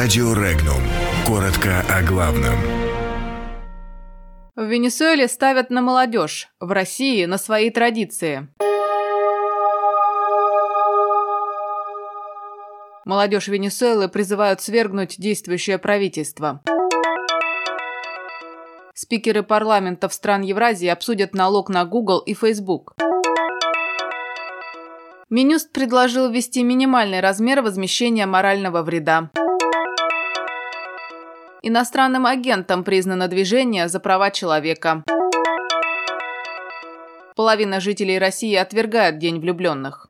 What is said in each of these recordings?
Радио Регнум. Коротко о главном. В Венесуэле ставят на молодежь, в России – на свои традиции. Молодежь Венесуэлы призывают свергнуть действующее правительство. Спикеры парламентов стран Евразии обсудят налог на Google и Facebook. Минюст предложил ввести минимальный размер возмещения морального вреда. Иностранным агентом признано движение за права человека. Половина жителей России отвергает День влюбленных.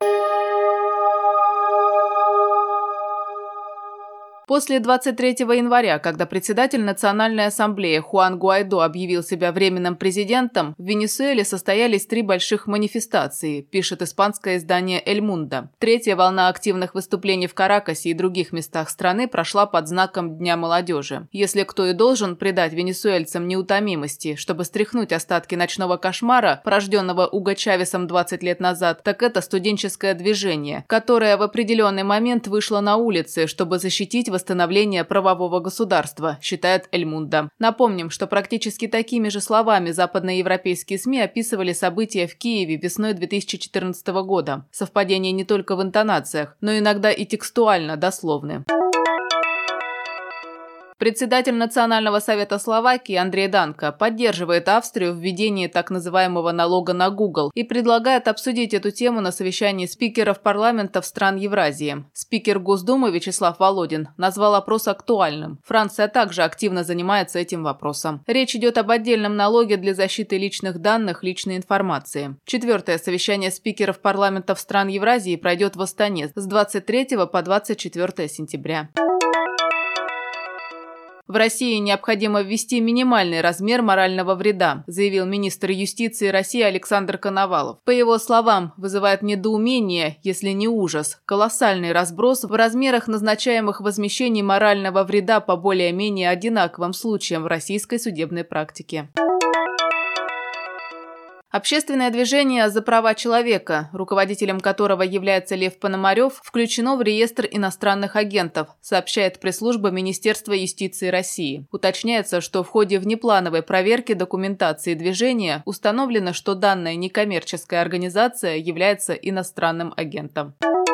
После 23 января, когда председатель Национальной ассамблеи Хуан Гуайдо объявил себя временным президентом, в Венесуэле состоялись 3 больших манифестации, пишет испанское издание «Эль Мундо». Третья волна активных выступлений в Каракасе и других местах страны прошла под знаком Дня молодежи. Если кто и должен придать венесуэльцам неутомимости, чтобы стряхнуть остатки ночного кошмара, порожденного Уго Чавесом 20 лет назад, так это студенческое движение, которое в определенный момент вышло на улицы, чтобы защитить восстановление правового государства, считает Эль Мундо. Напомним, что практически такими же словами западноевропейские СМИ описывали события в Киеве весной 2014 года. Совпадения не только в интонациях, но иногда и текстуально дословны. Председатель Национального совета Словакии Андрей Данко поддерживает Австрию в введении так называемого налога на Google и предлагает обсудить эту тему на совещании спикеров парламентов стран Евразии. Спикер Госдумы Вячеслав Володин назвал опрос актуальным. Франция также активно занимается этим вопросом. Речь идет об отдельном налоге для защиты личных данных, личной информации. 4-е совещание спикеров парламентов стран Евразии пройдет в Астане с 23 по 24 сентября. В России необходимо ввести минимальный размер морального вреда, заявил министр юстиции России Александр Коновалов. По его словам, вызывает недоумение, если не ужас, колоссальный разброс в размерах назначаемых возмещений морального вреда по более-менее одинаковым случаям в российской судебной практике. Общественное движение «За права человека», руководителем которого является Лев Пономарев, включено в реестр иностранных агентов, сообщает пресс-служба Министерства юстиции России. Уточняется, что в ходе внеплановой проверки документации движения установлено, что данная некоммерческая организация является иностранным агентом.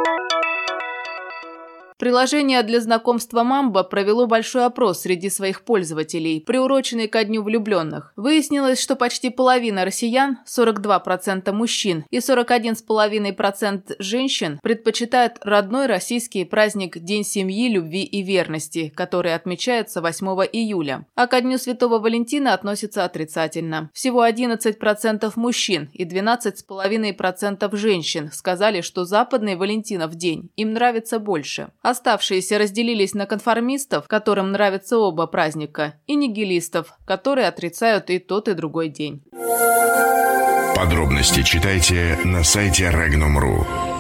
Приложение для знакомства Mambo провело большой опрос среди своих пользователей, приуроченный ко Дню влюбленных. Выяснилось, что почти половина россиян, 42% мужчин и 41,5% женщин предпочитают родной российский праздник День семьи, любви и верности, который отмечается 8 июля. А ко Дню Святого Валентина относятся отрицательно. Всего 11% мужчин и 12,5% женщин сказали, что западный Валентинов день им нравится больше. Оставшиеся разделились на конформистов, которым нравятся оба праздника, и нигилистов, которые отрицают и тот, и другой день. Подробности читайте на сайте Regnum.ru.